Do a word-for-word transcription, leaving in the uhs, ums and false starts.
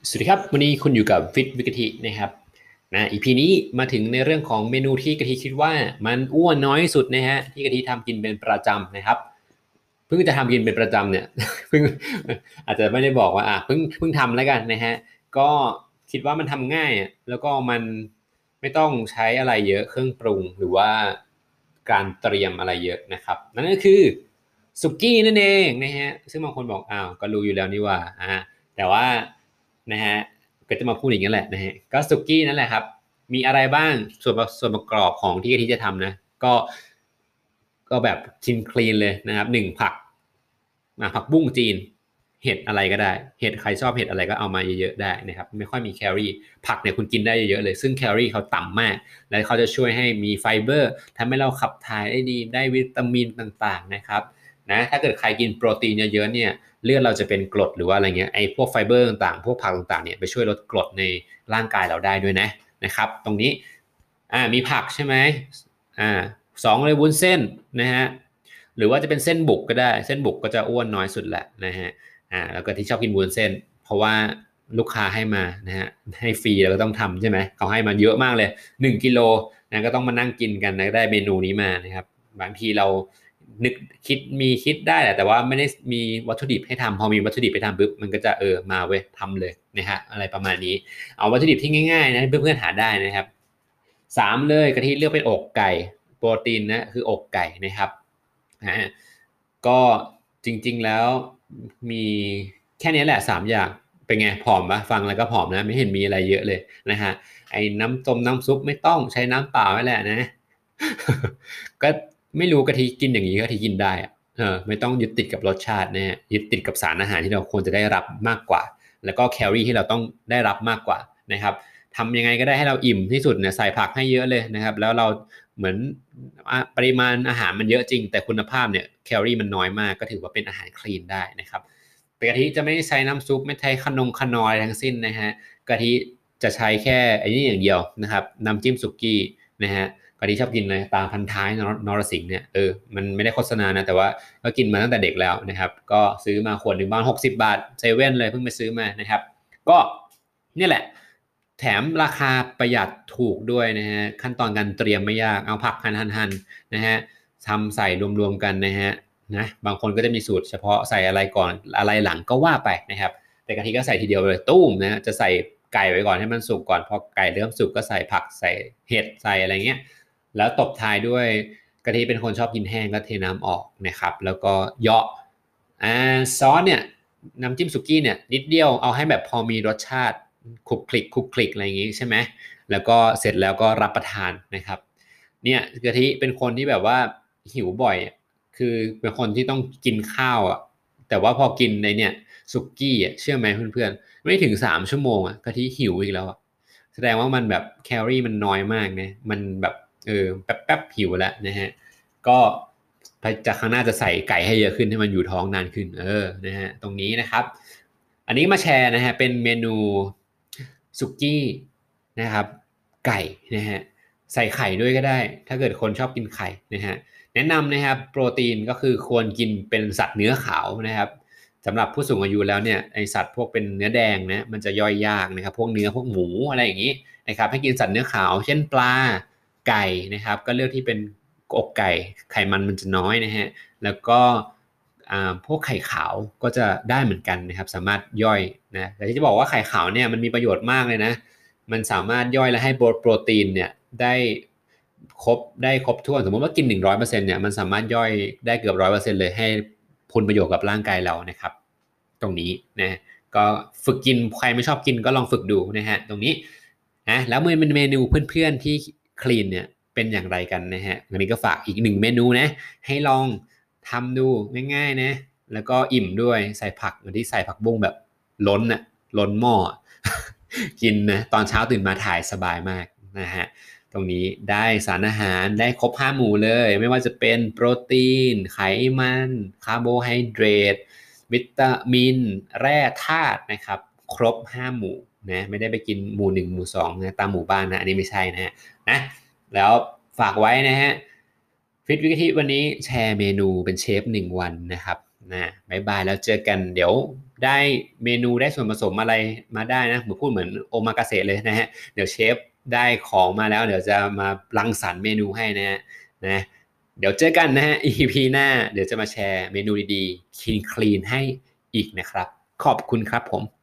สวัสดีครับวันนี้คุณอยู่กับฟิตวิกะทินะครับนะอีพีนี้มาถึงในเรื่องของเมนูที่กะทิคิดว่ามันอ้วนน้อยที่สุดนะฮะที่กะทิทำกินเป็นประจำนะครับเพิ่งจะทำกินเป็นประจำเนี่ยเพิ่งอาจจะไม่ได้บอกว่าอ่ะเพิ่งเพิ่งทำแล้วกันนะฮะก็คิดว่ามันทำง่ายอ่ะแล้วก็มันไม่ต้องใช้อะไรเยอะเครื่องปรุงหรือว่าการเตรียมอะไรเยอะนะครับนั่นก็คือสุกี้นั่นเองนะฮะซึ่งบางคนบอกอ้าวก็รู้อยู่แล้วนี่ว่าอ่า แต่ว่านะฮะก็จะมาพูดอย่างนี้แหละนะฮะก็สุกี้นั่นแหละครับมีอะไรบ้างส่วนส่วนประกอบของที่กะทิจะทำนะก็ก็แบบชินคลีนเลยนะครับหนึ่งผักผักบุ้งจีนเห็ดอะไรก็ได้เห็ดใครชอบเห็ดอะไรก็เอามาเยอะๆได้นะครับไม่ค่อยมีแคลอรี่ผักเนี่ยคุณกินได้เยอะๆเลยซึ่งแคลอรี่เขาต่ำมากและเขาจะช่วยให้มีไฟเบอร์ทำให้เราขับถ่ายได้ดีได้วิตามินต่างๆนะครับนะถ้าเกิดใครกินโปรตีนเยอะๆเนี่ย เลือดเราจะเป็นกรดหรือว่าอะไรเงี้ยไอ้พวกไฟเบอร์ต่างๆพวกผักต่างๆเนี่ยไปช่วยลดกรดในร่างกายเราได้ด้วยนะนะครับตรงนี้อ่ามีผักใช่ไหมอ่าสองเลยวุ้นเส้นนะฮะหรือว่าจะเป็นเส้นบุกก็ได้เส้นบุกก็จะอ้วนน้อยสุดแหละนะฮะอ่าแล้วก็ที่ชอบกินวุ้นเส้นเพราะว่าลูกค้าให้มานะฮะให้ฟรีเราก็ต้องทำใช่ไหมเขาให้มาเยอะมากเลยหนึ่งกิโลนะก็ต้องมานั่งกินกันนะได้เมนูนี้มานะครับบางทีเรา นึกคิดมีคิดได้แหละแต่ว่าไม่ได้มีวัตถุดิบให้ทำพอมีวัตถุดิบให้ทำปุ๊บมันก็จะเออมาเว้ยทำเลยนะฮะอะไรประมาณนี้เอาวัตถุดิบที่ง่ายๆนะเพื่อนๆหาได้นะครับสามเลยกะทิเลือกเป็นอกไก่โปรตีนนะคืออกไก่นะครับนะก็จริงๆแล้วมีแค่นี้แหละสามอย่างเป็นไงผอมปะฟังแล้วก็ผอมนะไม่เห็นมีอะไรเยอะเลยนะฮะไอ้น้ำต้มน้ำซุปไม่ต้องใช้น้ำเปล่าไว้แหละนะก็ไม่รู้กะทิกินอย่างนี้กะทิกินได้อะเออไม่ต้องยึดติดกับรสชาตินะฮะยึดติดกับสารอาหารที่เราควรจะได้รับมากกว่าแล้วก็แคลอรี่ที่เราต้องได้รับมากกว่านะครับทำยังไงก็ได้ให้เราอิ่มที่สุดเนี่ยใส่ผักให้เยอะเลยนะครับแล้วเราเหมือนปริมาณอาหารมันเยอะจริงแต่คุณภาพเนี่ยแคลอรี่มันน้อยมากก็ถือว่าเป็นอาหารคลีนได้นะครับแต่กะทิจะไม่ใช้น้ำซุปไม่ใช้ขนมขนอยทั้งสิ้นนะฮะกะทิจะใช้แค่ไอ้นี่อย่างเดียวนะครับน้ำจิ้มสุกี้นะฮะ กะทิชอบกินเลยตาพันท้ายนรนรสิงห์เนี่ยเออมันไม่ได้โฆษณานะแต่ว่าก็กินมาตั้งแต่เด็กแล้วนะครับก็ซื้อมาขวดหนึ่งบาทหกสิบบาทเซเว่นเลยเพิ่งไปซื้อมานะครับก็นี่แหละแถมราคาประหยัดถูกด้วยนะฮะขั้นตอนการเตรียมไม่ยากเอาผักหั่นหั่นหั่นนะฮะทำใส่รวมๆกันนะฮะนะบางคนก็จะมีสูตรเฉพาะใส่อะไรก่อนอะไรหลังก็ว่าไปนะครับแต่กะทิก็ใส่ทีเดียวเลยตุ้มนะจะใส่ไก่ไว้ก่อนให้มันสุกก่อนพอไก่เริ่มสุกก็ใส่ผักใส่เห็ดใส่อะไรเงี้ย แล้วตบท้ายด้วยกะทิเป็นคนชอบกินแห้งก็เทน้ำออกนะครับแล้วก็เหยาะอ่าซอสเนี่ยน้ำจิ้มสุกี้เนี่ยนิดเดียวเอาให้แบบพอมีรสชาติคลุกคลิกคลุกคลิกอะไรอย่างงี้ใช่ไหมแล้วก็เสร็จแล้วก็รับประทานนะครับเนี่ยกะทิเป็นคนที่แบบว่าหิวบ่อยคือเป็นคนที่ต้องกินข้าวอ่ะแต่ว่าพอกินในเนี่ยสุกี้อ่ะเชื่อไหมเพื่อนๆไม่ถึงสามชั่วโมงอ่ะกะทิหิวอีกแล้วอ่ะแสดงว่ามันแบบแคลอรี่มันน้อยมากนะมันแบบ เออแป๊บแป๊บหิวแล้วนะฮะก็จะข้างหน้าจะใส่ไก่ให้เยอะขึ้นให้มันอยู่ท้องนานขึ้นเออนะฮะตรงนี้นะครับอันนี้มาแชร์นะฮะเป็นเมนูสุกี้นะครับไก่นะฮะใส่ไข่ด้วยก็ได้ถ้าเกิดคนชอบกินไข่นะฮะแนะนำนะครับโปรตีนก็คือควรกินเป็นสัตว์เนื้อขาวนะครับสำหรับผู้สูงอายุแล้วเนี่ยไอสัตว์พวกเป็นเนื้อแดงนะมันจะย่อยยากนะครับพวกเนื้อพวกหมูอะไรอย่างนี้นะครับให้กินสัตว์เนื้อขาวเช่นปลา ไก่นะครับก็เลือกที่เป็นอกไก่ไขมันมันจะน้อยนะฮะแล้วก็พวกไข่ขาวก็จะได้เหมือนกันนะครับสามารถย่อยนะแต่ที่จะบอกว่าไข่ขาวเนี่ยมันมีประโยชน์มากเลยนะมันสามารถย่อยและให้โปรตีนเนี่ยได้ครบได้ครบถ้วนสมมติว่ากินหนึ่งร้อยเปอร์เซ็นต์เนี่ยมันสามารถย่อยได้เกือบร้อยเปอร์เซ็นต์เลยให้ผลประโยชน์กับร่างกายเรานะครับตรงนี้นะก็ฝึกกินใครไม่ชอบกินก็ลองฝึกดูนะฮะตรงนี้นะแล้วมือเป็นเมนูเพื่อนๆที่คลีนเนี่ยเป็นอย่างไรกันนะฮะอันนี้ก็ฝากอีกหนึ่งเมนูนะให้ลองทำดูง่ายๆนะแล้วก็อิ่มด้วยใส่ผักเหมือนที่ใส่ผักบุ้งแบบล้นน่ะล้นหม้อ กินนะตอนเช้าตื่นมาถ่ายสบายมากนะฮะตรงนี้ได้สารอาหารได้ครบห้าหมู่เลยไม่ว่าจะเป็นโปรตีนไขมันคาร์โบไฮเดรตวิตามินแร่ธาตุนะครับครบห้าหมู่นะไม่ได้ไปกินหมู่หนึ่งหมู่สองนะตามหมู่บ้านนะอันนี้ไม่ใช่นะฮะนะแล้วฝากไว้นะฮะฟิตวิกฤตวันนี้แชร์เมนูเป็นเชฟหนึ่งวันนะครับนะบายบายแล้วเจอกันเดี๋ยวได้เมนูได้ส่วนผสมอะไรมาได้นะเหมือนพูดเหมือนโอมากาเสะเลยนะฮะเดี๋ยวเชฟได้ของมาแล้วเดี๋ยวจะมารังสรรค์เมนูให้นะฮะนะเดี๋ยวเจอกันนะฮะ อี พี หน้าเดี๋ยวจะมาแชร์เมนูดีๆคลีนคลีนให้อีกนะครับขอบคุณครับผม